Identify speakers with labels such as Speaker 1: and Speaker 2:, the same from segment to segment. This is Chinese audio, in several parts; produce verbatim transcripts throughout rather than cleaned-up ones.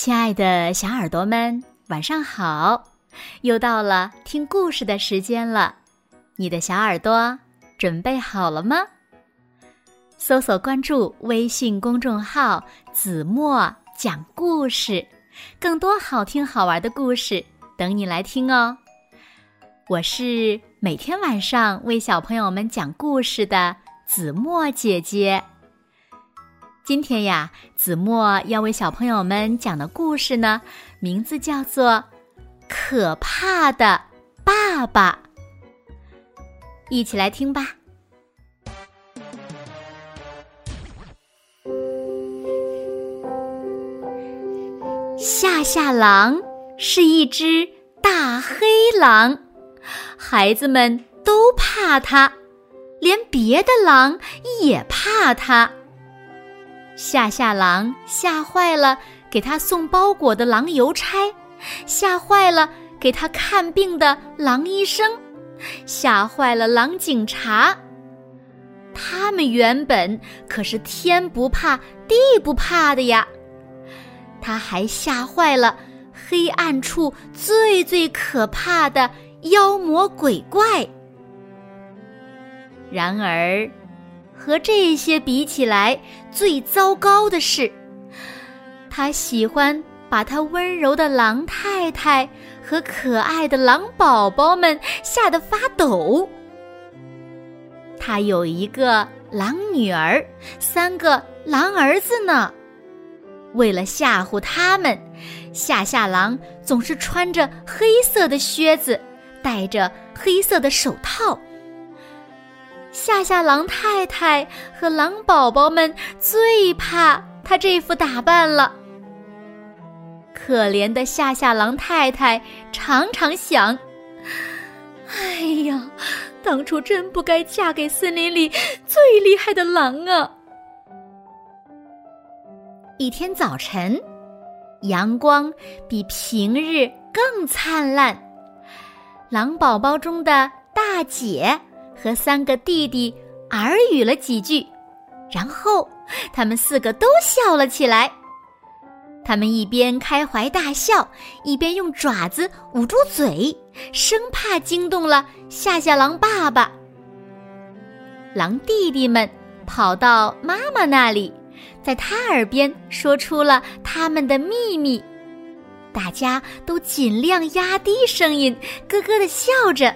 Speaker 1: 亲爱的小耳朵们，晚上好！又到了听故事的时间了，你的小耳朵准备好了吗？搜索关注微信公众号子墨讲故事，更多好听好玩的故事等你来听哦。我是每天晚上为小朋友们讲故事的子墨姐姐。今天呀，子墨要为小朋友们讲的故事呢，名字叫做《可怕的爸爸》。一起来听吧。夏夏狼是一只大黑狼，孩子们都怕它，连别的狼也怕它。夏夏狼吓坏了给他送包裹的狼邮差，吓坏了给他看病的狼医生，吓坏了狼警察。他们原本可是天不怕地不怕的呀。他还吓坏了黑暗处最最可怕的妖魔鬼怪。然而和这些比起来，最糟糕的是，他喜欢把他温柔的狼太太和可爱的狼宝宝们吓得发抖。他有一个狼女儿，三个狼儿子呢。为了吓唬他们，夏夏狼总是穿着黑色的靴子，戴着黑色的手套。夏夏狼太太和狼宝宝们最怕他这副打扮了。可怜的夏夏狼太太常常想，哎呀，当初真不该嫁给森林里最厉害的狼啊。一天早晨，阳光比平日更灿烂，狼宝宝中的大姐和三个弟弟耳语了几句，然后他们四个都笑了起来。他们一边开怀大笑，一边用爪子捂住嘴，生怕惊动了夏夏狼爸爸。狼弟弟们跑到妈妈那里，在他耳边说出了他们的秘密。大家都尽量压低声音，咯咯地笑着。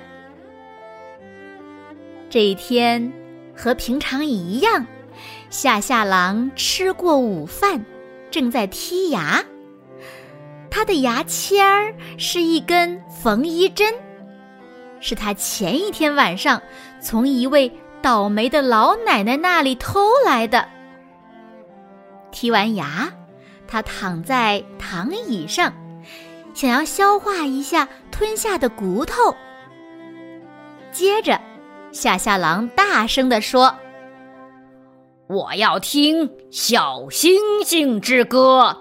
Speaker 1: 这一天和平常一样，夏夏狼吃过午饭，正在剔牙。他的牙签儿是一根缝衣针，是他前一天晚上从一位倒霉的老奶奶那里偷来的。剔完牙，他躺在躺椅上，想要消化一下吞下的骨头。接着夏夏狼大声地说，
Speaker 2: 我要听小星星之歌。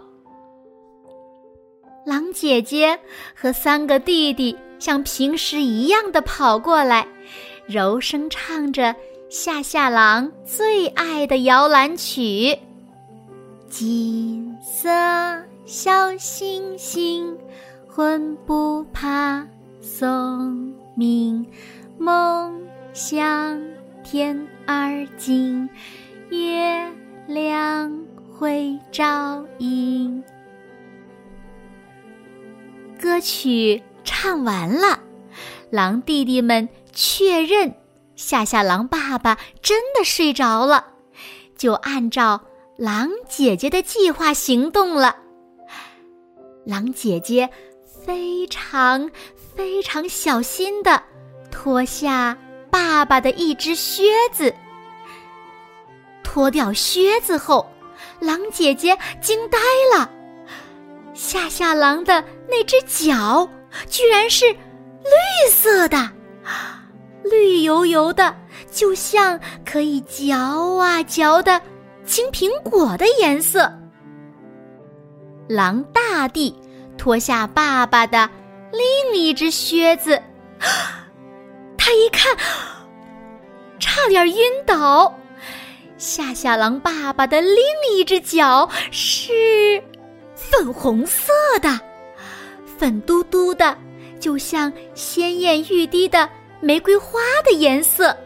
Speaker 1: 狼姐姐和三个弟弟像平时一样的跑过来，柔声唱着夏夏狼最爱的摇篮曲。金色小星星，魂不怕送命，梦想天儿近，月亮会照应。歌曲唱完了，狼弟弟们确认夏夏狼爸爸真的睡着了，就按照狼姐姐的计划行动了。狼姐姐非常非常小心地脱下爸爸的一只靴子。脱掉靴子后，狼姐姐惊呆了，夏夏狼的那只脚居然是绿色的，绿油油的，就像可以嚼啊嚼的青苹果的颜色。狼大弟脱下爸爸的另一只靴子，他一看，差点晕倒。夏夏狼爸爸的另一只脚是粉红色的，粉嘟嘟的，就像鲜艳欲滴的玫瑰花的颜色。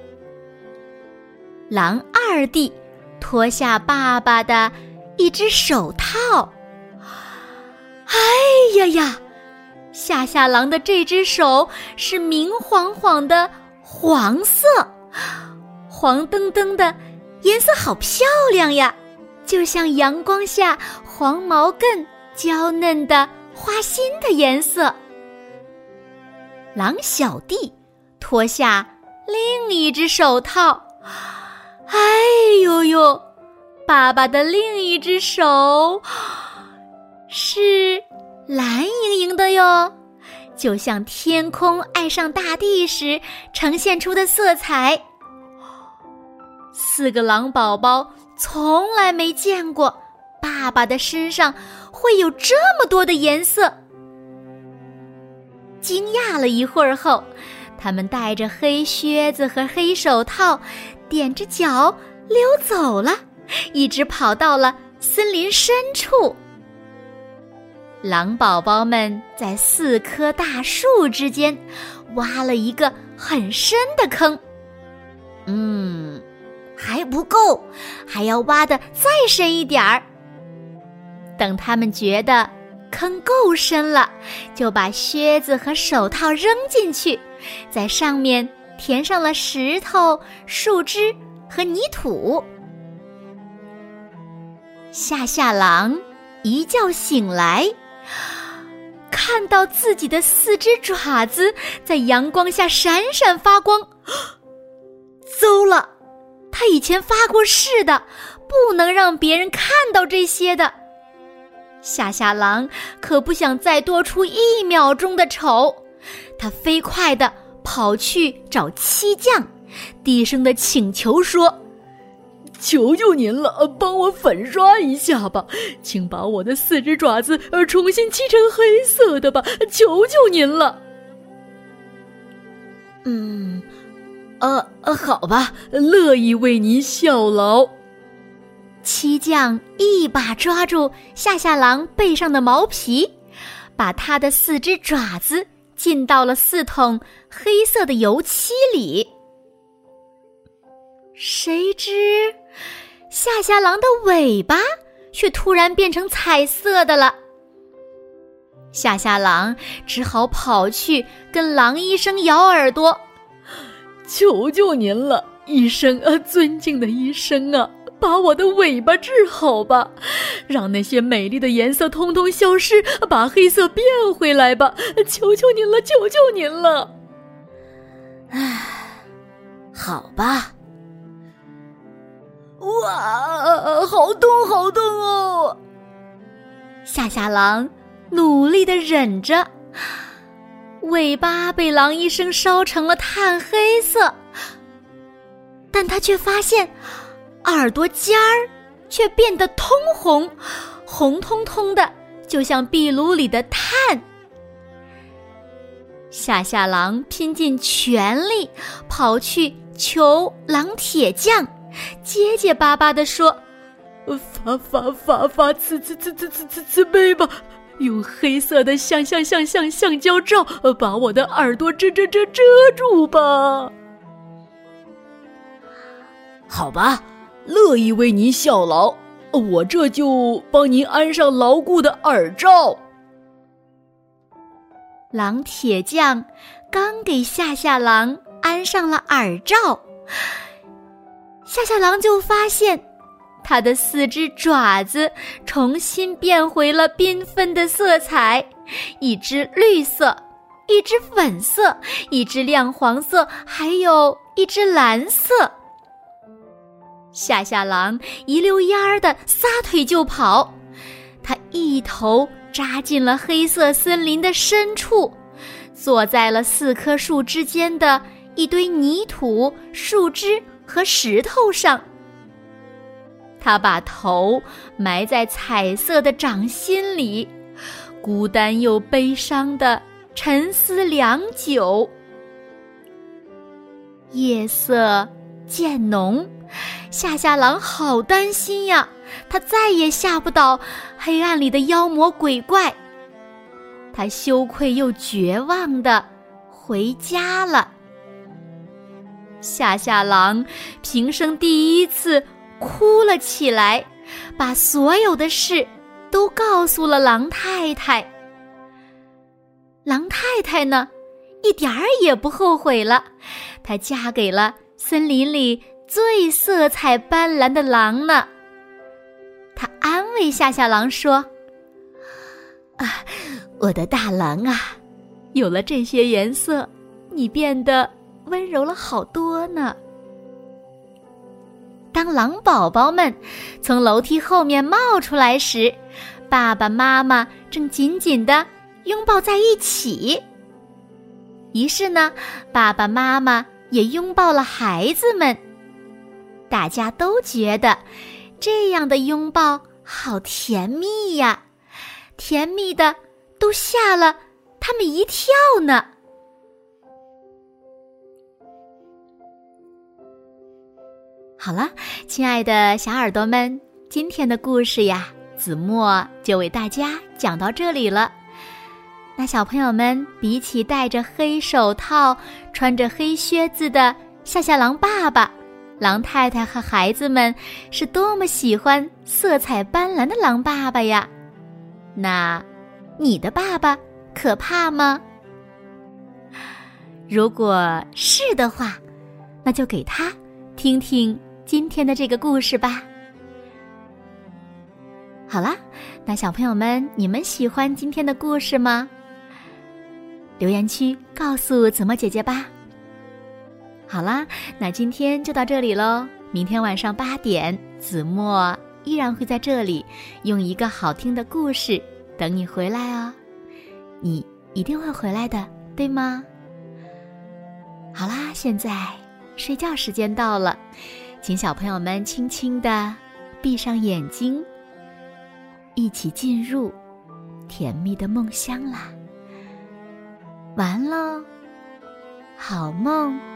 Speaker 1: 狼二弟脱下爸爸的一只手套，哎呀呀，夏夏狼的这只手是明晃晃的黄色，黄澄澄的，颜色好漂亮呀，就像阳光下黄毛茛娇嫩的花心的颜色。狼小弟脱下另一只手套，哎呦呦，爸爸的另一只手是蓝莹莹的哟，就像天空爱上大地时呈现出的色彩。四个狼宝宝从来没见过爸爸的身上会有这么多的颜色。惊讶了一会儿后，他们带着黑靴子和黑手套，踮着脚溜走了，一直跑到了森林深处。狼宝宝们在四棵大树之间挖了一个很深的坑，嗯，还不够，还要挖得再深一点儿。等他们觉得坑够深了，就把靴子和手套扔进去，在上面填上了石头、树枝和泥土。夏夏狼一觉醒来，看到自己的四只爪子在阳光下闪闪发光，糟了，他以前发过誓的，不能让别人看到这些的。夏夏狼可不想再多出一秒钟的丑，他飞快地跑去找漆匠，低声地请求说：
Speaker 3: 求求您了，帮我粉刷一下吧，请把我的四只爪子重新漆成黑色的吧，求求您了。嗯，呃，好吧，乐意为您效劳。
Speaker 1: 漆匠一把抓住夏夏狼背上的毛皮，把他的四只爪子浸到了四桶黑色的油漆里。谁知夏夏狼的尾巴却突然变成彩色的了。夏夏狼只好跑去跟狼医生咬耳朵：
Speaker 3: 求求您了，医生啊，尊敬的医生啊，把我的尾巴治好吧，让那些美丽的颜色通通消失，把黑色变回来吧，求求您了，求求您了。
Speaker 1: 唉，好吧。
Speaker 3: 哇，好痛好痛哦！
Speaker 1: 夏夏狼努力地忍着，尾巴被狼医生烧成了炭黑色，但他却发现耳朵尖儿却变得通红，红彤彤的，就像壁炉里的炭。夏夏狼拼尽全力跑去求狼铁匠，结结巴巴地说：
Speaker 3: 发发发发慈慈慈慈慈慈慈悲吧，用黑色的橡橡橡橡橡胶罩把我的耳朵遮遮遮遮住吧。好吧，乐意为您效劳，我这就帮您安上牢固的耳罩。
Speaker 1: 狼铁匠刚给夏夏狼安上了耳罩，夏夏狼就发现他的四只爪子重新变回了缤纷的色彩，一只绿色，一只粉色，一只亮黄色，还有一只蓝色。夏夏狼一溜烟儿地撒腿就跑，他一头扎进了黑色森林的深处，坐在了四棵树之间的一堆泥土、树枝和石头上。他把头埋在彩色的掌心里，孤单又悲伤地沉思良久。夜色渐浓，夏夏狼好担心呀， 他再也吓不倒黑暗里的妖魔鬼怪。他羞愧又绝望地回家了。夏夏狼平生第一次哭了起来，把所有的事都告诉了狼太太。狼太太呢，一点儿也不后悔了，她嫁给了森林里最色彩斑斓的狼呢。她安慰夏夏狼说：啊，我的大狼啊，有了这些颜色，你变得温柔了好多呢。当狼宝宝们从楼梯后面冒出来时，爸爸妈妈正紧紧地拥抱在一起。于是呢，爸爸妈妈也拥抱了孩子们。大家都觉得这样的拥抱好甜蜜呀，甜蜜的都吓了他们一跳呢。好了，亲爱的小耳朵们，今天的故事呀，子墨就为大家讲到这里了。那小朋友们，比起戴着黑手套、穿着黑靴子的夏夏狼爸爸，狼太太和孩子们是多么喜欢色彩斑斓的狼爸爸呀！那你的爸爸可怕吗？如果是的话，那就给他听听今天的这个故事吧。好啦，那小朋友们，你们喜欢今天的故事吗？留言区告诉子墨姐姐吧。好啦，那今天就到这里咯。明天晚上八点，子墨依然会在这里用一个好听的故事等你回来哦。你一定会回来的，对吗？好啦，现在睡觉时间到了，请小朋友们轻轻地闭上眼睛，一起进入甜蜜的梦乡啦。完喽，好梦。